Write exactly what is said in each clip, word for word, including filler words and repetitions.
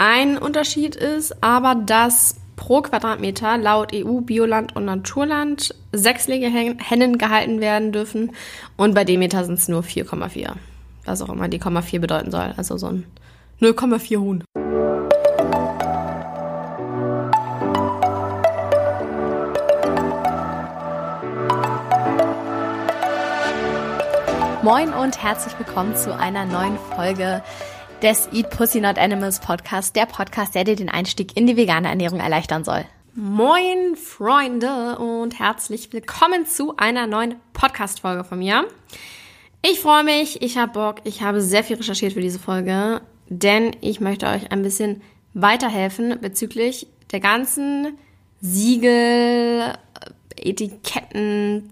Ein Unterschied ist aber, dass pro Quadratmeter laut E U, Bioland und Naturland sechs Legehennen gehalten werden dürfen und bei Demeter sind es nur vier Komma vier. Was auch immer die Komma vier bedeuten soll, also so ein null Komma vier Huhn. Moin und herzlich willkommen zu einer neuen Folge des Eat Pussy Not Animals Podcast, der Podcast, der dir den Einstieg in die vegane Ernährung erleichtern soll. Moin Freunde und herzlich willkommen zu einer neuen Podcast-Folge von mir. Ich freue mich, ich habe Bock, ich habe sehr viel recherchiert für diese Folge, denn ich möchte euch ein bisschen weiterhelfen bezüglich der ganzen Siegel, Etiketten,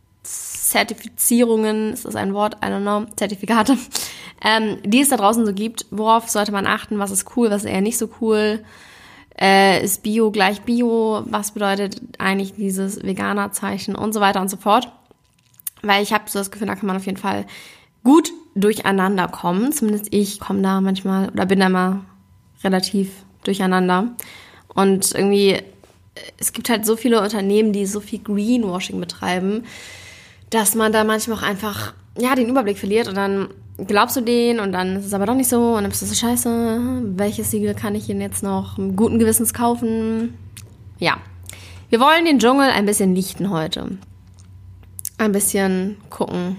Zertifizierungen, ist das ein Wort? I don't know, Zertifikate, ähm, die es da draußen so gibt. Worauf sollte man achten? Was ist cool, was ist eher nicht so cool? Äh, ist Bio gleich Bio? Was bedeutet eigentlich dieses Veganer-Zeichen und so weiter und so fort? Weil ich habe so das Gefühl, da kann man auf jeden Fall gut durcheinander kommen. Zumindest ich komme da manchmal oder bin da mal relativ durcheinander. Und irgendwie, es gibt halt so viele Unternehmen, die so viel Greenwashing betreiben, dass man da manchmal auch einfach, ja, den Überblick verliert und dann glaubst du den und dann ist es aber doch nicht so und dann bist du so, scheiße, welches Siegel kann ich denn jetzt noch guten Gewissens kaufen? Ja, wir wollen den Dschungel ein bisschen lichten heute. Ein bisschen gucken,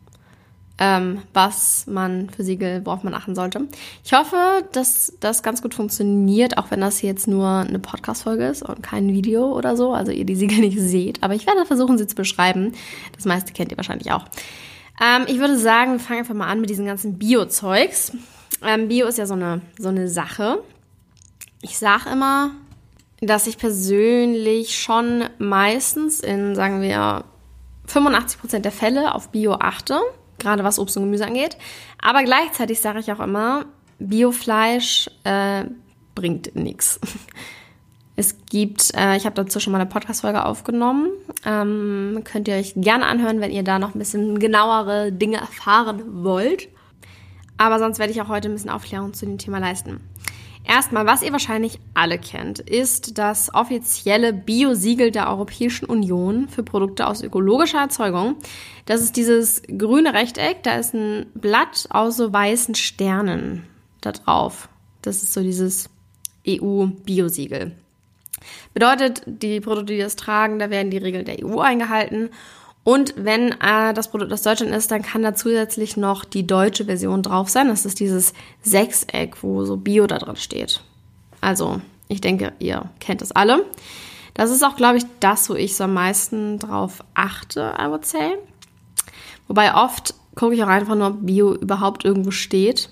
ähm, was man für Siegel, worauf man achten sollte. Ich hoffe, dass das ganz gut funktioniert, auch wenn das hier jetzt nur eine Podcast-Folge ist und kein Video oder so, also ihr die Siegel nicht seht. Aber ich werde versuchen, sie zu beschreiben. Das meiste kennt ihr wahrscheinlich auch. Ähm, ich würde sagen, wir fangen einfach mal an mit diesem ganzen Bio-Zeugs. Ähm, Bio ist ja so eine, so eine Sache. Ich sage immer, dass ich persönlich schon meistens in, sagen wir, fünfundachtzig Prozent der Fälle auf Bio achte. Gerade was Obst und Gemüse angeht. Aber gleichzeitig sage ich auch immer, Biofleisch äh, bringt nichts. Es gibt, äh, ich habe dazu schon mal eine Podcast-Folge aufgenommen. Ähm, könnt ihr euch gerne anhören, wenn ihr da noch ein bisschen genauere Dinge erfahren wollt. Aber sonst werde ich auch heute ein bisschen Aufklärung zu dem Thema leisten. Erstmal, was ihr wahrscheinlich alle kennt, ist das offizielle Bio-Siegel der Europäischen Union für Produkte aus ökologischer Erzeugung. Das ist dieses grüne Rechteck, da ist ein Blatt aus so weißen Sternen da drauf. Das ist so dieses E U-Bio-Siegel. Bedeutet, die Produkte, die das tragen, da werden die Regeln der E U eingehalten. Und wenn äh, das Produkt aus Deutschland ist, dann kann da zusätzlich noch die deutsche Version drauf sein. Das ist dieses Sechseck, wo so Bio da drin steht. Also, ich denke, ihr kennt das alle. Das ist auch, glaube ich, das, wo ich so am meisten drauf achte, I would say. Wobei oft gucke ich auch einfach nur, ob Bio überhaupt irgendwo steht.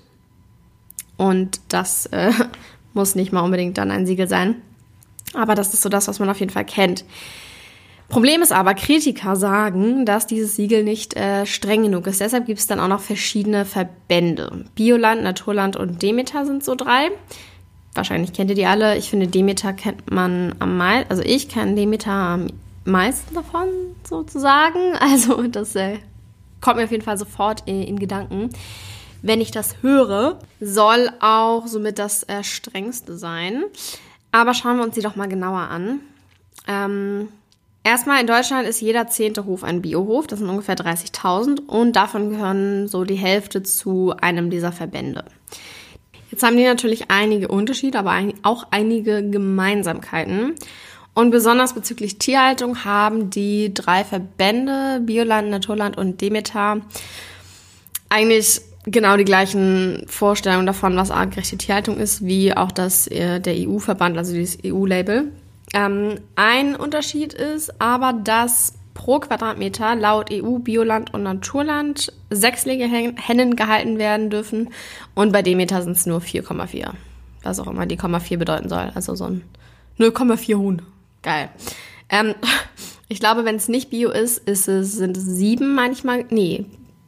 Und das äh, muss nicht mal unbedingt dann ein Siegel sein. Aber das ist so das, was man auf jeden Fall kennt. Problem ist aber, Kritiker sagen, dass dieses Siegel nicht äh, streng genug ist. Deshalb gibt es dann auch noch verschiedene Verbände. Bioland, Naturland und Demeter sind so drei. Wahrscheinlich kennt ihr die alle. Ich finde, Demeter kennt man am meisten. Also ich kenne Demeter am meisten davon, sozusagen. Also das äh, kommt mir auf jeden Fall sofort in, in Gedanken. Wenn ich das höre, soll auch somit das äh, strengste sein. Aber schauen wir uns die doch mal genauer an. Ähm... Erstmal in Deutschland ist jeder zehnte Hof ein Biohof, das sind ungefähr dreißigtausend und davon gehören so die Hälfte zu einem dieser Verbände. Jetzt haben die natürlich einige Unterschiede, aber auch einige Gemeinsamkeiten. Und besonders bezüglich Tierhaltung haben die drei Verbände, Bioland, Naturland und Demeter, eigentlich genau die gleichen Vorstellungen davon, was artgerechte Tierhaltung ist, wie auch das der E U-Verband, also dieses E U-Label. Ähm, ein Unterschied ist aber, dass pro Quadratmeter laut E U, Bioland und Naturland sechs Legehennen gehalten werden dürfen und bei Demeter sind es nur vier Komma vier. Was auch immer die Komma vier bedeuten soll, also so ein null Komma vier Huhn. Geil. Ähm, ich glaube, wenn es nicht Bio ist, ist es, sind es sieben manchmal, nee.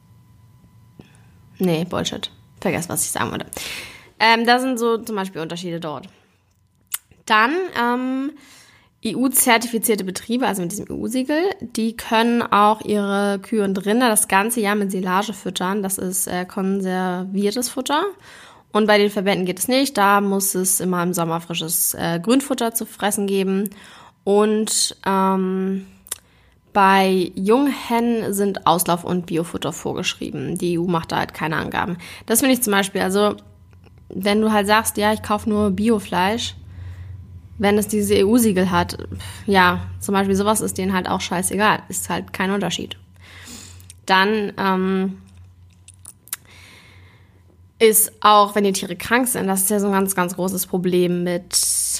Nee, Bullshit. Vergesst, was ich sagen wollte. Ähm, da sind so zum Beispiel Unterschiede dort. Dann ähm, E U-zertifizierte Betriebe, also mit diesem E U-Siegel, die können auch ihre Kühe und Rinder das ganze Jahr mit Silage füttern. Das ist äh, konserviertes Futter. Und bei den Verbänden geht es nicht. Da muss es immer im Sommer frisches äh, Grünfutter zu fressen geben. Und ähm, bei Junghennen sind Auslauf und Biofutter vorgeschrieben. Die E U macht da halt keine Angaben. Das finde ich zum Beispiel, also wenn du halt sagst, ja, ich kaufe nur Biofleisch, wenn es dieses E U-Siegel hat, ja, zum Beispiel sowas ist denen halt auch scheißegal. Ist halt kein Unterschied. Dann ähm, ist auch, wenn die Tiere krank sind, das ist ja so ein ganz, ganz großes Problem mit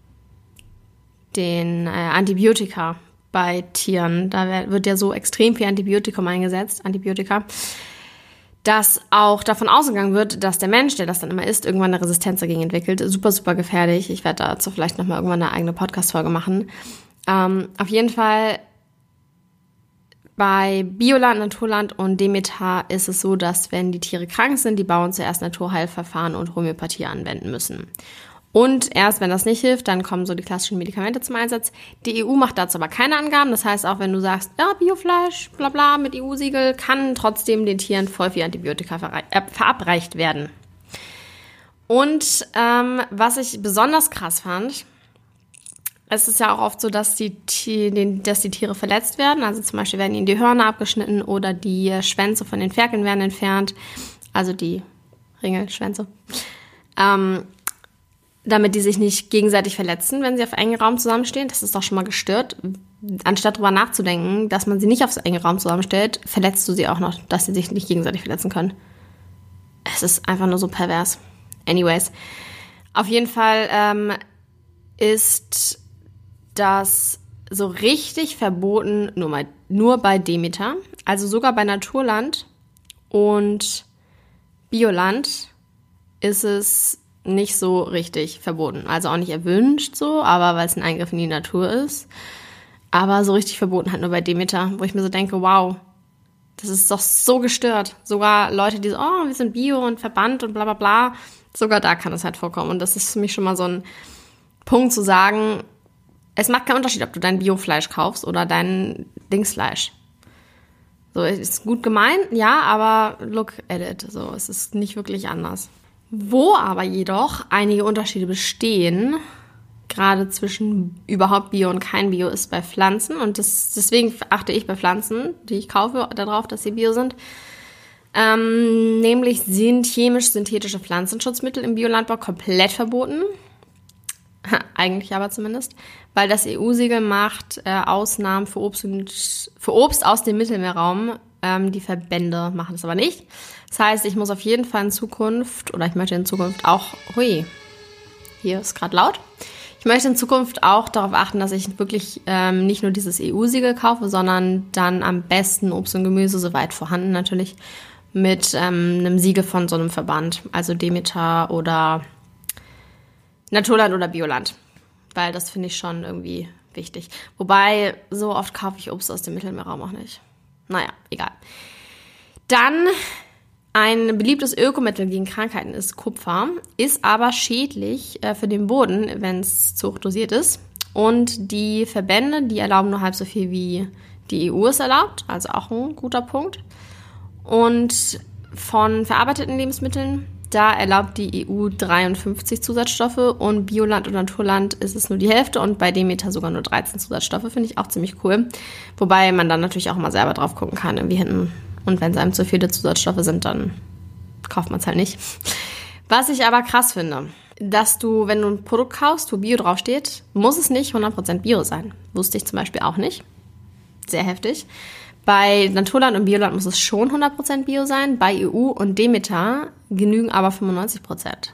den äh, Antibiotika bei Tieren. Da wird ja so extrem viel Antibiotikum eingesetzt, Antibiotika, dass auch davon ausgegangen wird, dass der Mensch, der das dann immer isst, irgendwann eine Resistenz dagegen entwickelt. Super, super gefährlich. Ich werde dazu vielleicht nochmal irgendwann eine eigene Podcast-Folge machen. Ähm, auf jeden Fall bei Bioland, Naturland und Demeter ist es so, dass wenn die Tiere krank sind, die Bauern zuerst Naturheilverfahren und Homöopathie anwenden müssen. Und erst wenn das nicht hilft, dann kommen so die klassischen Medikamente zum Einsatz. Die E U macht dazu aber keine Angaben. Das heißt, auch wenn du sagst, ja, Biofleisch, bla bla, mit E U-Siegel, kann trotzdem den Tieren voll viel Antibiotika ver- äh, verabreicht werden. Und ähm, was ich besonders krass fand, es ist ja auch oft so, dass die, die, dass die Tiere verletzt werden. Also zum Beispiel werden ihnen die Hörner abgeschnitten oder die Schwänze von den Ferkeln werden entfernt. Also die Ringelschwänze. Ähm, damit die sich nicht gegenseitig verletzen, wenn sie auf engem Raum zusammenstehen. Das ist doch schon mal gestört. Anstatt darüber nachzudenken, dass man sie nicht auf so engen Raum zusammenstellt, verletzt du sie auch noch, dass sie sich nicht gegenseitig verletzen können. Es ist einfach nur so pervers. Anyways. Auf jeden Fall ähm, ist das so richtig verboten nur, mal, nur bei Demeter. Also sogar bei Naturland und Bioland ist es nicht so richtig verboten. Also auch nicht erwünscht so, aber weil es ein Eingriff in die Natur ist. Aber so richtig verboten halt nur bei Demeter, wo ich mir so denke, wow, das ist doch so gestört. Sogar Leute, die so, oh, wir sind Bio und Verband und bla bla bla, sogar da kann es halt vorkommen. Und das ist für mich schon mal so ein Punkt zu sagen, es macht keinen Unterschied, ob du dein Biofleisch kaufst oder dein Dingsfleisch. So, ist gut gemeint, ja, aber look at it. So, es ist nicht wirklich anders. Wo aber jedoch einige Unterschiede bestehen, gerade zwischen überhaupt Bio und kein Bio, ist bei Pflanzen. Und das, deswegen achte ich bei Pflanzen, die ich kaufe, darauf, dass sie Bio sind. Ähm, nämlich sind chemisch-synthetische Pflanzenschutzmittel im Biolandbau komplett verboten. Eigentlich aber zumindest. Weil das E U-Siegel macht äh, Ausnahmen für Obst, und, für Obst aus dem Mittelmeerraum. Ähm, die Verbände machen das aber nicht. Das heißt, ich muss auf jeden Fall in Zukunft, oder ich möchte in Zukunft auch, hui, hier ist gerade laut, ich möchte in Zukunft auch darauf achten, dass ich wirklich ähm, nicht nur dieses E U-Siegel kaufe, sondern dann am besten Obst und Gemüse, soweit vorhanden natürlich, mit ähm, einem Siegel von so einem Verband, also Demeter oder Naturland oder Bioland, weil das finde ich schon irgendwie wichtig. Wobei, so oft kaufe ich Obst aus dem Mittelmeerraum auch nicht. Naja, egal. Dann ein beliebtes Ökomittel gegen Krankheiten ist Kupfer, ist aber schädlich äh, für den Boden, wenn es zu hoch dosiert ist. Und die Verbände, die erlauben nur halb so viel, wie die E U es erlaubt, also auch ein guter Punkt. Und von verarbeiteten Lebensmitteln, da erlaubt die E U dreiundfünfzig Zusatzstoffe und Bioland und Naturland ist es nur die Hälfte und bei Demeter sogar nur dreizehn Zusatzstoffe, finde ich auch ziemlich cool. Wobei man dann natürlich auch mal selber drauf gucken kann, irgendwie hinten. Und wenn es einem zu viele Zusatzstoffe sind, dann kauft man es halt nicht. Was ich aber krass finde, dass du, wenn du ein Produkt kaufst, wo Bio draufsteht, muss es nicht hundert Prozent Bio sein. Wusste ich zum Beispiel auch nicht. Sehr heftig. Bei Naturland und Bioland muss es schon hundert Prozent Bio sein. Bei E U und Demeter genügen aber fünfundneunzig Prozent.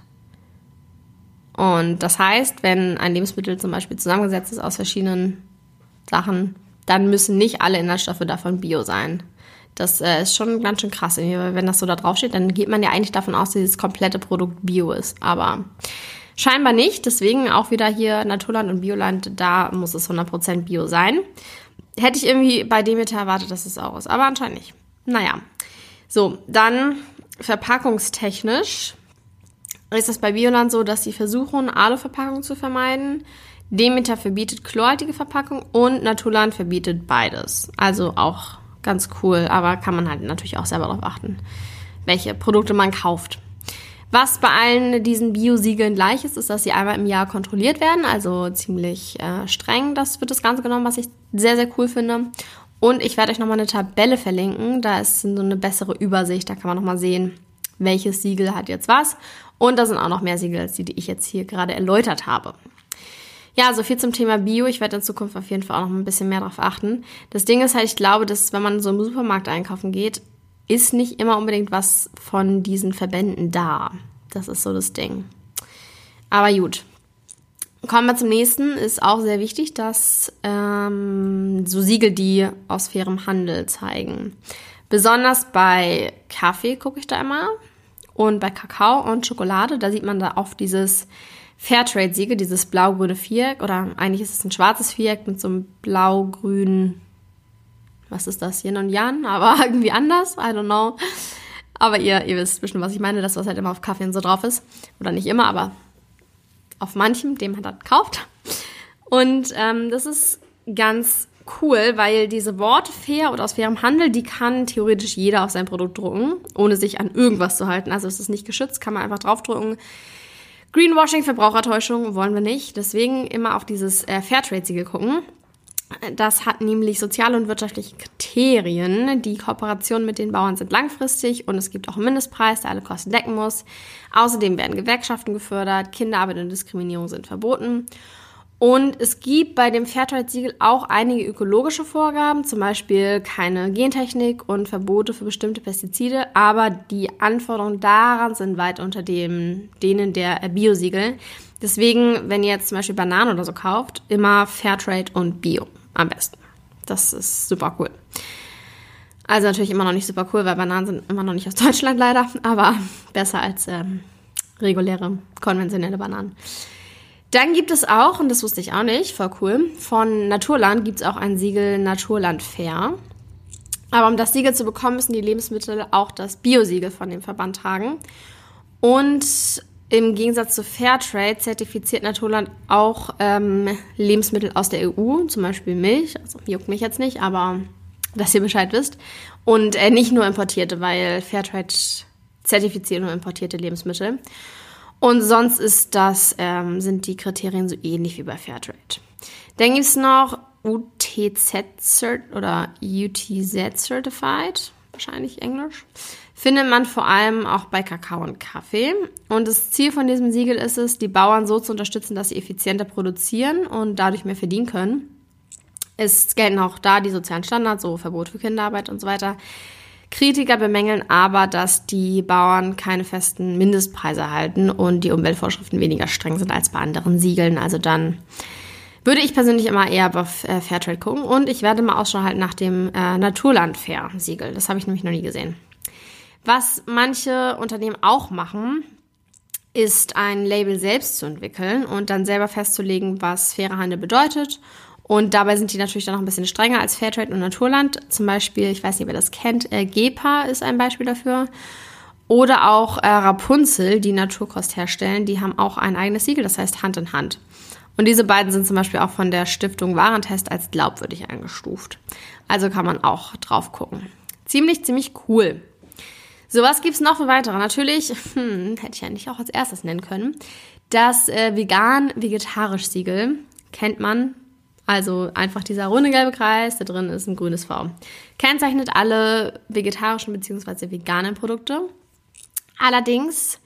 Und das heißt, wenn ein Lebensmittel zum Beispiel zusammengesetzt ist aus verschiedenen Sachen, dann müssen nicht alle Inhaltsstoffe davon Bio sein. Das äh, ist schon ganz schön krass, weil wenn das so da draufsteht, dann geht man ja eigentlich davon aus, dass dieses komplette Produkt Bio ist. Aber scheinbar nicht, deswegen auch wieder hier Naturland und Bioland, da muss es hundert Prozent Bio sein. Hätte ich irgendwie bei Demeter erwartet, dass es auch ist, aber anscheinend nicht. Naja, so, dann verpackungstechnisch ist es bei Bioland so, dass sie versuchen, Aluverpackungen zu vermeiden. Demeter verbietet chlorhaltige Verpackung und Naturland verbietet beides. Also auch ganz cool, aber kann man halt natürlich auch selber darauf achten, welche Produkte man kauft. Was bei allen diesen Bio-Siegeln gleich ist, ist, dass sie einmal im Jahr kontrolliert werden, also ziemlich äh, streng. Das wird das Ganze genommen, was ich sehr, sehr cool finde. Und ich werde euch nochmal eine Tabelle verlinken, da ist so eine bessere Übersicht, da kann man nochmal sehen, welches Siegel hat jetzt was. Und da sind auch noch mehr Siegel als die, die ich jetzt hier gerade erläutert habe. Ja, so viel zum Thema Bio. Ich werde in Zukunft auf jeden Fall auch noch ein bisschen mehr darauf achten. Das Ding ist halt, ich glaube, dass wenn man so im Supermarkt einkaufen geht, ist nicht immer unbedingt was von diesen Verbänden da. Das ist so das Ding. Aber gut. Kommen wir zum nächsten. Ist auch sehr wichtig, dass ähm, so Siegel, die aus fairem Handel zeigen. Besonders bei Kaffee gucke ich da immer. Und bei Kakao und Schokolade, da sieht man da oft dieses Fairtrade-Siegel, dieses blau-grüne Viereck, oder eigentlich ist es ein schwarzes Viereck mit so einem blau-grünen, was ist das, Yin und Yang, aber irgendwie anders, I don't know. Aber ihr, ihr wisst bestimmt, was ich meine, das, was halt immer auf Kaffee und so drauf ist. Oder nicht immer, aber auf manchem, dem man dann kauft. Und ähm, das ist ganz cool, weil diese Worte fair oder aus fairem Handel, die kann theoretisch jeder auf sein Produkt drucken, ohne sich an irgendwas zu halten. Also es ist nicht geschützt, kann man einfach draufdrucken. Greenwashing, Verbrauchertäuschung wollen wir nicht. Deswegen immer auf dieses äh, Fairtrade-Siegel gucken. Das hat nämlich soziale und wirtschaftliche Kriterien. Die Kooperationen mit den Bauern sind langfristig und es gibt auch einen Mindestpreis, der alle Kosten decken muss. Außerdem werden Gewerkschaften gefördert, Kinderarbeit und Diskriminierung sind verboten. Und es gibt bei dem Fairtrade-Siegel auch einige ökologische Vorgaben, zum Beispiel keine Gentechnik und Verbote für bestimmte Pestizide, aber die Anforderungen daran sind weit unter dem, denen der Bio-Siegel. Deswegen, wenn ihr jetzt zum Beispiel Bananen oder so kauft, immer Fairtrade und Bio am besten. Das ist super cool. Also natürlich immer noch nicht super cool, weil Bananen sind immer noch nicht aus Deutschland leider, aber besser als ähm, reguläre, konventionelle Bananen. Dann gibt es auch, und das wusste ich auch nicht, voll cool, von Naturland gibt es auch ein Siegel Naturland Fair. Aber um das Siegel zu bekommen, müssen die Lebensmittel auch das Bio-Siegel von dem Verband tragen. Und im Gegensatz zu Fairtrade zertifiziert Naturland auch ähm, Lebensmittel aus der E U, zum Beispiel Milch. Also juckt mich jetzt nicht, aber dass ihr Bescheid wisst. Und äh, nicht nur importierte, weil Fairtrade zertifiziert nur importierte Lebensmittel. Und sonst ist das, ähm, sind die Kriterien so ähnlich wie bei Fairtrade. Dann gibt es noch U T Z oder U T Z Certified, wahrscheinlich Englisch. Findet man vor allem auch bei Kakao und Kaffee. Und das Ziel von diesem Siegel ist es, die Bauern so zu unterstützen, dass sie effizienter produzieren und dadurch mehr verdienen können. Es gelten auch da die sozialen Standards, so Verbot für Kinderarbeit und so weiter. Kritiker bemängeln aber, dass die Bauern keine festen Mindestpreise erhalten und die Umweltvorschriften weniger streng sind als bei anderen Siegeln. Also dann würde ich persönlich immer eher auf äh, Fairtrade gucken. Und ich werde mal Ausschau halten nach dem äh, Naturland Fair Siegel. Das habe ich nämlich noch nie gesehen. Was manche Unternehmen auch machen, ist ein Label selbst zu entwickeln und dann selber festzulegen, was fairer Handel bedeutet. Und dabei sind die natürlich dann noch ein bisschen strenger als Fairtrade und Naturland. Zum Beispiel, ich weiß nicht, ob ihr das kennt, äh, Gepa ist ein Beispiel dafür. Oder auch äh, Rapunzel, die Naturkost herstellen, die haben auch ein eigenes Siegel, das heißt Hand in Hand. Und diese beiden sind zum Beispiel auch von der Stiftung Warentest als glaubwürdig eingestuft. Also kann man auch drauf gucken. Ziemlich, ziemlich cool. So, was gibt's noch für weitere? Natürlich, hm, hätte ich ja nicht auch als erstes nennen können, das äh, Vegan-Vegetarisch-Siegel kennt man. Also einfach dieser runde gelbe Kreis, da drin ist ein grünes V. Kennzeichnet alle vegetarischen bzw. veganen Produkte. Allerdings,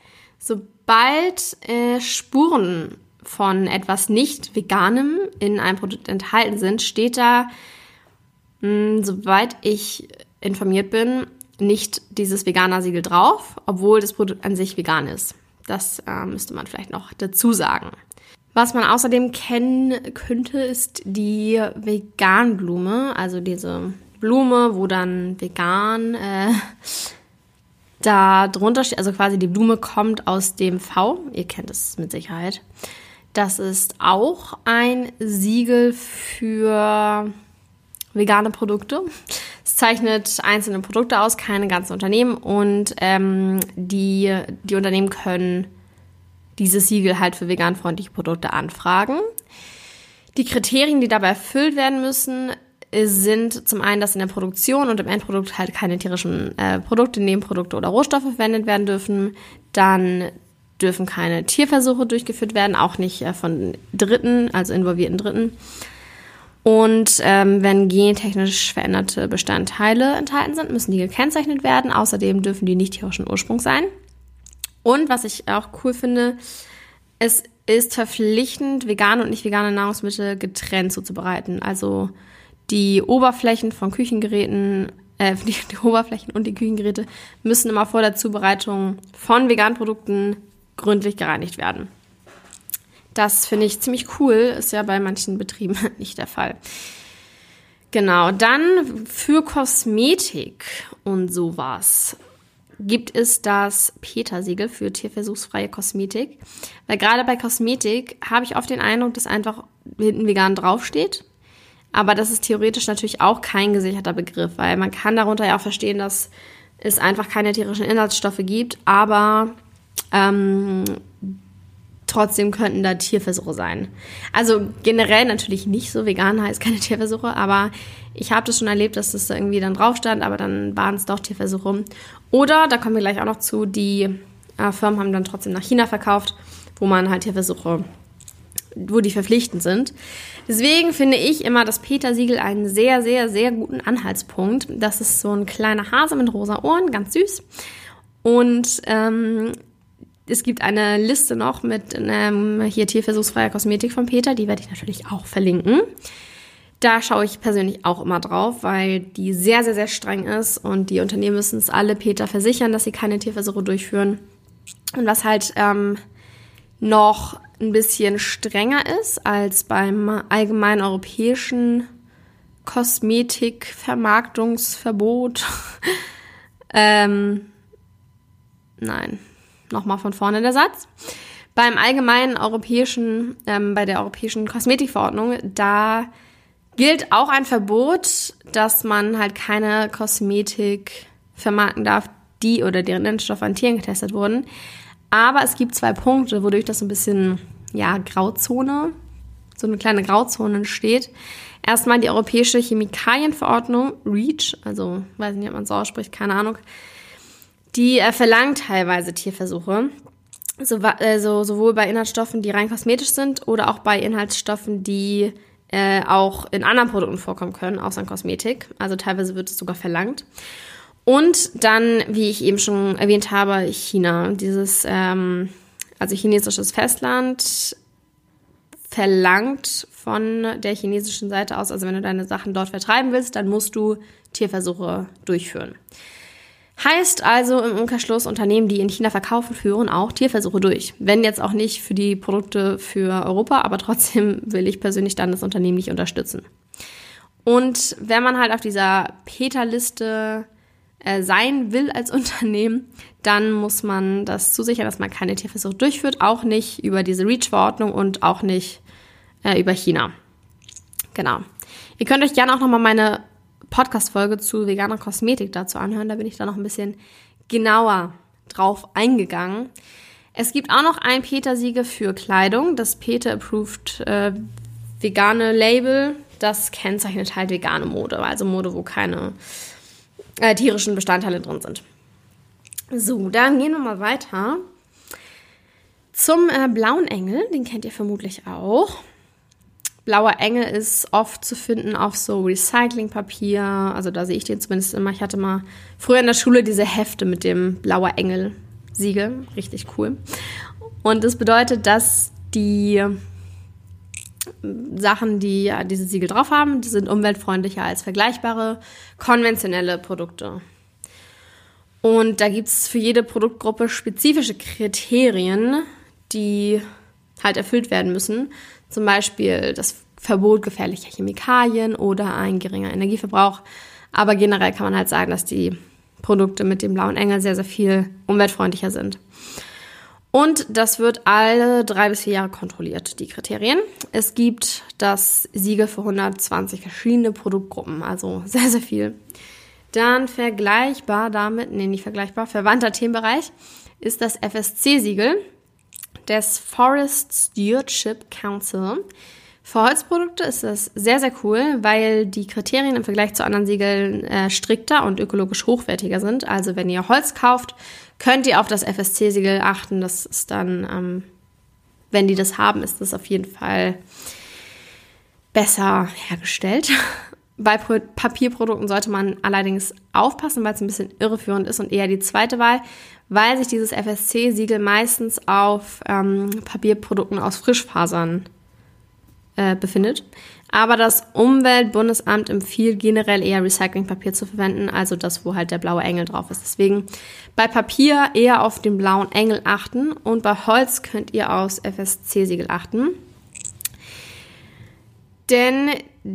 sobald äh, Spuren von etwas nicht Veganem in einem Produkt enthalten sind, steht da, mh, soweit ich informiert bin, nicht dieses Veganer-Siegel drauf, obwohl das Produkt an sich vegan ist. Das äh, müsste man vielleicht noch dazu sagen. Was man außerdem kennen könnte, ist die Veganblume, also diese Blume, wo dann vegan äh, da drunter steht, also quasi die Blume kommt aus dem V, ihr kennt es mit Sicherheit. Das ist auch ein Siegel für vegane Produkte. Es zeichnet einzelne Produkte aus, keine ganzen Unternehmen und ähm, die, die Unternehmen können dieses Siegel halt für veganfreundliche Produkte anfragen. Die Kriterien, die dabei erfüllt werden müssen, sind zum einen, dass in der Produktion und im Endprodukt halt keine tierischen äh, Produkte, Nebenprodukte oder Rohstoffe verwendet werden dürfen. Dann dürfen keine Tierversuche durchgeführt werden, auch nicht äh, von Dritten, also involvierten Dritten. Und ähm, wenn gentechnisch veränderte Bestandteile enthalten sind, müssen die gekennzeichnet werden. Außerdem dürfen die nicht tierischen Ursprungs sein. Und was ich auch cool finde, es ist verpflichtend, vegane und nicht vegane Nahrungsmittel getrennt zuzubereiten. Also die Oberflächen von Küchengeräten, äh, die, die Oberflächen und die Küchengeräte müssen immer vor der Zubereitung von veganen Produkten gründlich gereinigt werden. Das finde ich ziemlich cool, ist ja bei manchen Betrieben nicht der Fall. Genau, dann für Kosmetik und sowas gibt es das PETA-Siegel für tierversuchsfreie Kosmetik. Weil gerade bei Kosmetik habe ich oft den Eindruck, dass einfach hinten vegan draufsteht. Aber das ist theoretisch natürlich auch kein gesicherter Begriff, weil man kann darunter ja auch verstehen, dass es einfach keine tierischen Inhaltsstoffe gibt, aber ähm, trotzdem könnten da Tierversuche sein. Also generell natürlich nicht so, vegan heißt keine Tierversuche, aber ich habe das schon erlebt, dass das irgendwie dann drauf stand, aber dann waren es doch Tierversuche. Oder, da kommen wir gleich auch noch zu, die äh, Firmen haben dann trotzdem nach China verkauft, wo man halt Tierversuche, wo die verpflichtend sind. Deswegen finde ich immer das PETA-Siegel einen sehr, sehr, sehr guten Anhaltspunkt. Das ist so ein kleiner Hase mit rosa Ohren, ganz süß. Und ähm, es gibt eine Liste noch mit ähm, hier tierversuchsfreier Kosmetik von PETA, die werde ich natürlich auch verlinken. Da schaue ich persönlich auch immer drauf, weil die sehr, sehr, sehr streng ist und die Unternehmen müssen es alle PETA versichern, dass sie keine Tierversuche durchführen. Und was halt ähm, noch ein bisschen strenger ist als beim allgemeinen europäischen Kosmetikvermarktungsverbot. ähm, nein, nochmal von vorne der Satz. Beim allgemeinen europäischen, ähm, bei der europäischen Kosmetikverordnung, da gilt auch ein Verbot, dass man halt keine Kosmetik vermarkten darf, die oder deren Inhaltsstoffe an Tieren getestet wurden. Aber es gibt zwei Punkte, wodurch das so ein bisschen, ja, Grauzone, so eine kleine Grauzone entsteht. Erstmal die Europäische Chemikalienverordnung, REACH, also weiß nicht, ob man so ausspricht, keine Ahnung, die äh, verlangt teilweise Tierversuche, so, also sowohl bei Inhaltsstoffen, die rein kosmetisch sind, oder auch bei Inhaltsstoffen, die äh, auch in anderen Produkten vorkommen können, außer in Kosmetik. Also teilweise wird es sogar verlangt. Und dann, wie ich eben schon erwähnt habe, China. Dieses, ähm, also chinesisches Festland verlangt von der chinesischen Seite aus, also wenn du deine Sachen dort vertreiben willst, dann musst du Tierversuche durchführen. Heißt also im Umkehrschluss, Unternehmen, die in China verkaufen, führen auch Tierversuche durch. Wenn jetzt auch nicht für die Produkte für Europa, aber trotzdem will ich persönlich dann das Unternehmen nicht unterstützen. Und wenn man halt auf dieser PETA-Liste äh, sein will als Unternehmen, dann muss man das zusichern, dass man keine Tierversuche durchführt, auch nicht über diese REACH-Verordnung und auch nicht äh, über China. Genau. Ihr könnt euch gerne auch nochmal meine Podcast-Folge zu veganer Kosmetik dazu anhören. Da bin ich da noch ein bisschen genauer drauf eingegangen. Es gibt auch noch ein PETA-Siegel für Kleidung, das PETA-approved äh, vegane Label. Das kennzeichnet halt vegane Mode, also Mode, wo keine äh, tierischen Bestandteile drin sind. So, dann gehen wir mal weiter zum äh, blauen Engel. Den kennt ihr vermutlich auch. Blauer Engel ist oft zu finden auf so Recyclingpapier, also da sehe ich den zumindest immer. Ich hatte mal früher in der Schule diese Hefte mit dem blauer Engel-Siegel, richtig cool. Und das bedeutet, dass die Sachen, die ja diese Siegel drauf haben, die sind umweltfreundlicher als vergleichbare konventionelle Produkte. Und da gibt es für jede Produktgruppe spezifische Kriterien, die halt erfüllt werden müssen. Zum Beispiel das Verbot gefährlicher Chemikalien oder ein geringer Energieverbrauch. Aber generell kann man halt sagen, dass die Produkte mit dem blauen Engel sehr, sehr viel umweltfreundlicher sind. Und das wird alle drei bis vier Jahre kontrolliert, die Kriterien. Es gibt das Siegel für hundertzwanzig verschiedene Produktgruppen, also sehr, sehr viel. Dann vergleichbar damit, nee, nicht vergleichbar, verwandter Themenbereich ist das F S C-Siegel des Forest Stewardship Council Für Holzprodukte ist das sehr, sehr cool, weil die Kriterien im Vergleich zu anderen Siegeln äh, strikter und ökologisch hochwertiger sind. Also wenn ihr Holz kauft, könnt ihr auf das F S C-Siegel achten. Das ist dann, ähm, wenn die das haben, ist das auf jeden Fall besser hergestellt. Bei Papierprodukten sollte man allerdings aufpassen, weil es ein bisschen irreführend ist und eher die zweite Wahl, weil sich dieses F S C-Siegel meistens auf ähm, Papierprodukten aus Frischfasern äh, befindet. Aber das Umweltbundesamt empfiehlt generell eher Recyclingpapier zu verwenden, also das, wo halt der blaue Engel drauf ist. Deswegen bei Papier eher auf den blauen Engel achten und bei Holz könnt ihr aufs F S C-Siegel achten. Denn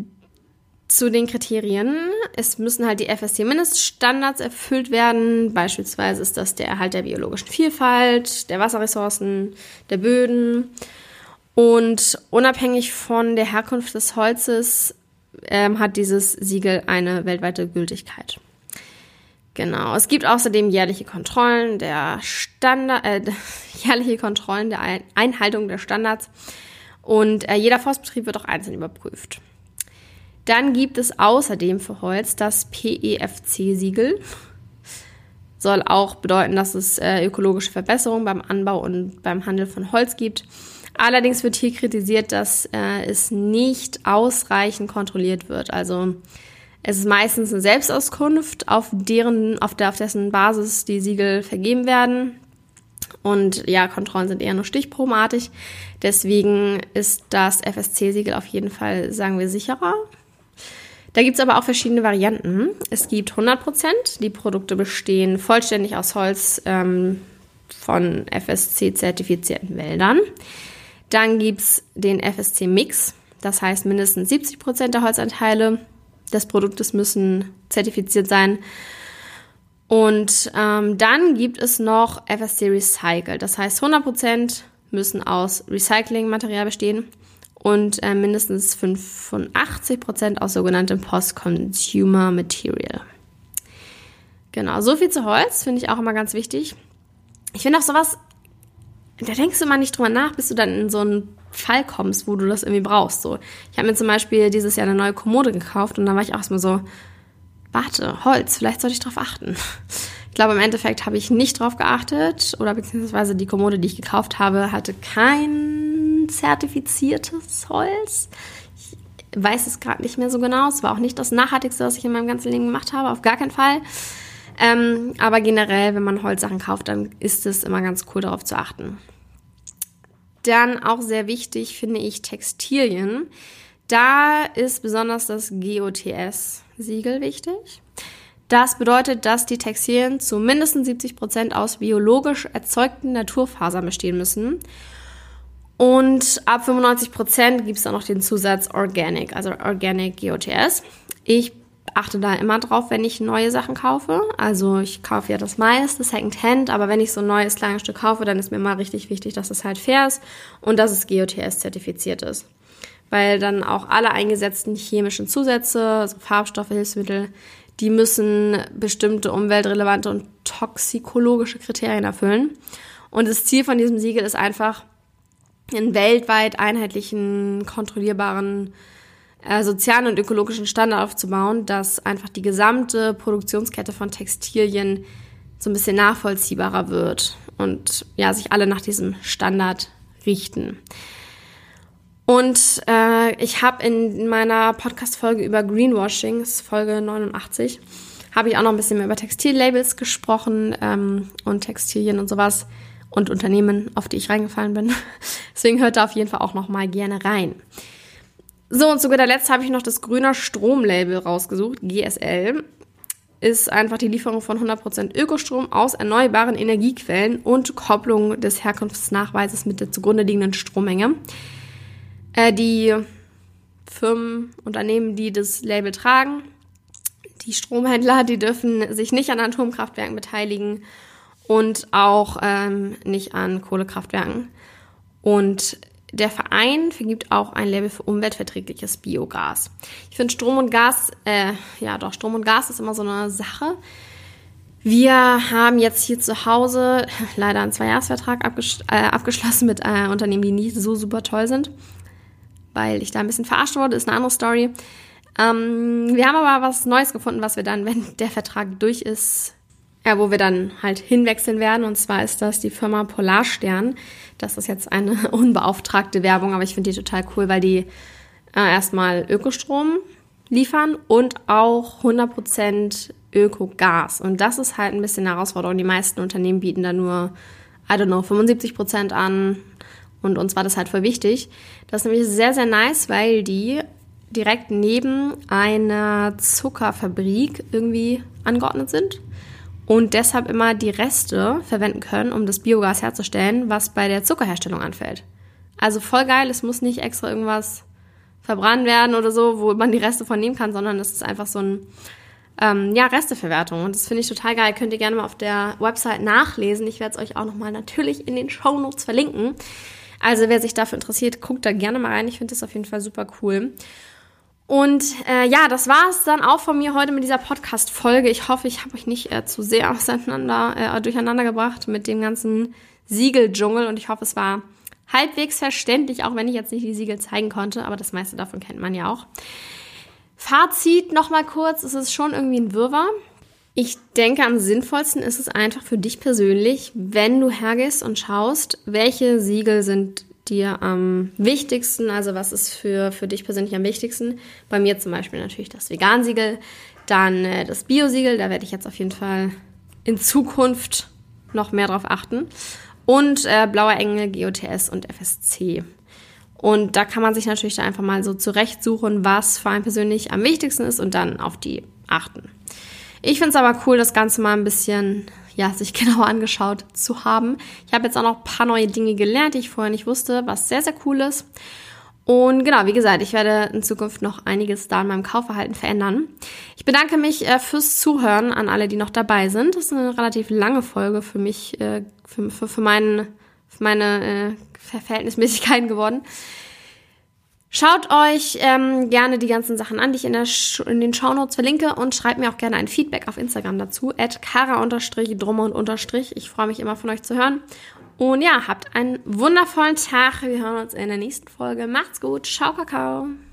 zu den Kriterien, es müssen halt die F S C-Mindeststandards erfüllt werden. Beispielsweise ist das der Erhalt der biologischen Vielfalt, der Wasserressourcen, der Böden. Und unabhängig von der Herkunft des Holzes ähm, hat dieses Siegel eine weltweite Gültigkeit. Genau. Es gibt außerdem jährliche Kontrollen der Standard, äh, jährliche Kontrollen der Einhaltung der Standards. Und äh, jeder Forstbetrieb wird auch einzeln überprüft. Dann gibt es außerdem für Holz das P E F C-Siegel. Soll auch bedeuten, dass es äh, ökologische Verbesserungen beim Anbau und beim Handel von Holz gibt. Allerdings wird hier kritisiert, dass äh, es nicht ausreichend kontrolliert wird. Also es ist meistens eine Selbstauskunft, auf deren, auf der, auf dessen Basis die Siegel vergeben werden. Und ja, Kontrollen sind eher nur stichprobenartig. Deswegen ist das F S C-Siegel auf jeden Fall, sagen wir, sicherer. Da gibt es aber auch verschiedene Varianten. Es gibt hundert Prozent. Die Produkte bestehen vollständig aus Holz ähm, von F S C-zertifizierten Wäldern. Dann gibt es den F S C-Mix. Das heißt, mindestens siebzig Prozent der Holzanteile des Produktes müssen zertifiziert sein. Und ähm, dann gibt es noch F S C Recycled. Das heißt, hundert Prozent müssen aus Recyclingmaterial bestehen und äh, mindestens fünfundachtzig Prozent aus sogenanntem Post-Consumer Material. Genau, so viel zu Holz, finde ich auch immer ganz wichtig. Ich finde auch sowas, da denkst du immer nicht drüber nach, bis du dann in so einen Fall kommst, wo du das irgendwie brauchst. So, ich habe mir zum Beispiel dieses Jahr eine neue Kommode gekauft und dann war ich auch erstmal so, warte, Holz, vielleicht sollte ich drauf achten. Ich glaube, im Endeffekt habe ich nicht drauf geachtet oder beziehungsweise die Kommode, die ich gekauft habe, hatte kein zertifiziertes Holz. Ich weiß es gerade nicht mehr so genau. Es war auch nicht das Nachhaltigste, was ich in meinem ganzen Leben gemacht habe, auf gar keinen Fall. Ähm, aber generell, wenn man Holzsachen kauft, dann ist es immer ganz cool, darauf zu achten. Dann auch sehr wichtig, finde ich, Textilien. Da ist besonders das G O T S-Siegel wichtig. Das bedeutet, dass die Textilien zu mindestens siebzig Prozent aus biologisch erzeugten Naturfasern bestehen müssen. Und ab fünfundneunzig Prozent gibt es dann noch den Zusatz Organic, also Organic G O T S. Ich achte da immer drauf, wenn ich neue Sachen kaufe. Also ich kaufe ja das meiste Secondhand, aber wenn ich so ein neues kleines Stück kaufe, dann ist mir immer richtig wichtig, dass es halt fair ist und dass es G O T S-zertifiziert ist. Weil dann auch alle eingesetzten chemischen Zusätze, also Farbstoffe, Hilfsmittel, die müssen bestimmte umweltrelevante und toxikologische Kriterien erfüllen. Und das Ziel von diesem Siegel ist einfach, einen weltweit einheitlichen, kontrollierbaren, äh, sozialen und ökologischen Standard aufzubauen, dass einfach die gesamte Produktionskette von Textilien so ein bisschen nachvollziehbarer wird und ja, sich alle nach diesem Standard richten. Und äh, ich habe in meiner Podcast-Folge über Greenwashing, Folge neunundachtzig, habe ich auch noch ein bisschen mehr über Textillabels gesprochen ähm, und Textilien und sowas und Unternehmen, auf die ich reingefallen bin. Deswegen hört da auf jeden Fall auch noch mal gerne rein. So, und zu guter Letzt habe ich noch das grüne Stromlabel rausgesucht, G S L. Ist einfach die Lieferung von hundert Prozent Ökostrom aus erneuerbaren Energiequellen und Kopplung des Herkunftsnachweises mit der zugrunde liegenden Strommenge. Die Firmen, Unternehmen, die das Label tragen, die Stromhändler, die dürfen sich nicht an Atomkraftwerken beteiligen und auch ähm, nicht an Kohlekraftwerken. Und der Verein vergibt auch ein Label für umweltverträgliches Biogas. Ich finde Strom und Gas, äh, ja doch, Strom und Gas ist immer so eine Sache. Wir haben jetzt hier zu Hause leider einen Zweijahresvertrag abges- äh, abgeschlossen mit äh, Unternehmen, die nicht so super toll sind. weil ich da ein bisschen verarscht wurde, ist eine andere Story. Ähm, wir haben aber was Neues gefunden, was wir dann, wenn der Vertrag durch ist, ja, wo wir dann halt hinwechseln werden. Und zwar ist das die Firma Polarstern. Das ist jetzt eine unbeauftragte Werbung, aber ich finde die total cool, weil die äh, erstmal Ökostrom liefern und auch hundert Prozent Ökogas. Und das ist halt ein bisschen eine Herausforderung. Die meisten Unternehmen bieten da nur, I don't know, fünfundsiebzig Prozent an. Und uns war das halt voll wichtig. Das ist nämlich sehr, sehr nice, weil die direkt neben einer Zuckerfabrik irgendwie angeordnet sind. Und deshalb immer die Reste verwenden können, um das Biogas herzustellen, was bei der Zuckerherstellung anfällt. Also voll geil, es muss nicht extra irgendwas verbrannt werden oder so, wo man die Reste von nehmen kann, sondern es ist einfach so ein, ähm, ja, Resteverwertung. Und das finde ich total geil. Könnt ihr gerne mal auf der Website nachlesen. Ich werde es euch auch nochmal natürlich in den Shownotes verlinken. Also wer sich dafür interessiert, guckt da gerne mal rein. Ich finde das auf jeden Fall super cool. Und äh, ja, das war es dann auch von mir heute mit dieser Podcast-Folge. Ich hoffe, ich habe euch nicht äh, zu sehr auseinander, äh, durcheinander gebracht mit dem ganzen Siegeldschungel. Und ich hoffe, es war halbwegs verständlich, auch wenn ich jetzt nicht die Siegel zeigen konnte. Aber das meiste davon kennt man ja auch. Fazit nochmal kurz. Es ist schon irgendwie ein Wirrwarr. Ich denke, am sinnvollsten ist es einfach für dich persönlich, wenn du hergehst und schaust, welche Siegel sind dir am wichtigsten, also was ist für, für dich persönlich am wichtigsten. Bei mir zum Beispiel natürlich das Vegan-Siegel, dann äh, das Bio-Siegel, da werde ich jetzt auf jeden Fall in Zukunft noch mehr drauf achten. Und äh, Blauer Engel, G O T S und F S C. Und da kann man sich natürlich da einfach mal so zurechtsuchen, was für einen persönlich am wichtigsten ist und dann auf die achten. Ich finde es aber cool, das Ganze mal ein bisschen, ja, sich genauer angeschaut zu haben. Ich habe jetzt auch noch ein paar neue Dinge gelernt, die ich vorher nicht wusste, was sehr, sehr cool ist. Und genau, wie gesagt, ich werde in Zukunft noch einiges da in meinem Kaufverhalten verändern. Ich bedanke mich äh, fürs Zuhören an alle, die noch dabei sind. Das ist eine relativ lange Folge für mich, äh, für, für, für, meinen, für meine äh, Verhältnismäßigkeiten geworden. Schaut euch ähm, gerne die ganzen Sachen an, die ich in, der Sh- in den Shownotes verlinke und schreibt mir auch gerne ein Feedback auf Instagram dazu, at kara-drummer-. Ich freue mich immer von euch zu hören. Und ja, habt einen wundervollen Tag. Wir hören uns in der nächsten Folge. Macht's gut. Ciao, Kakao.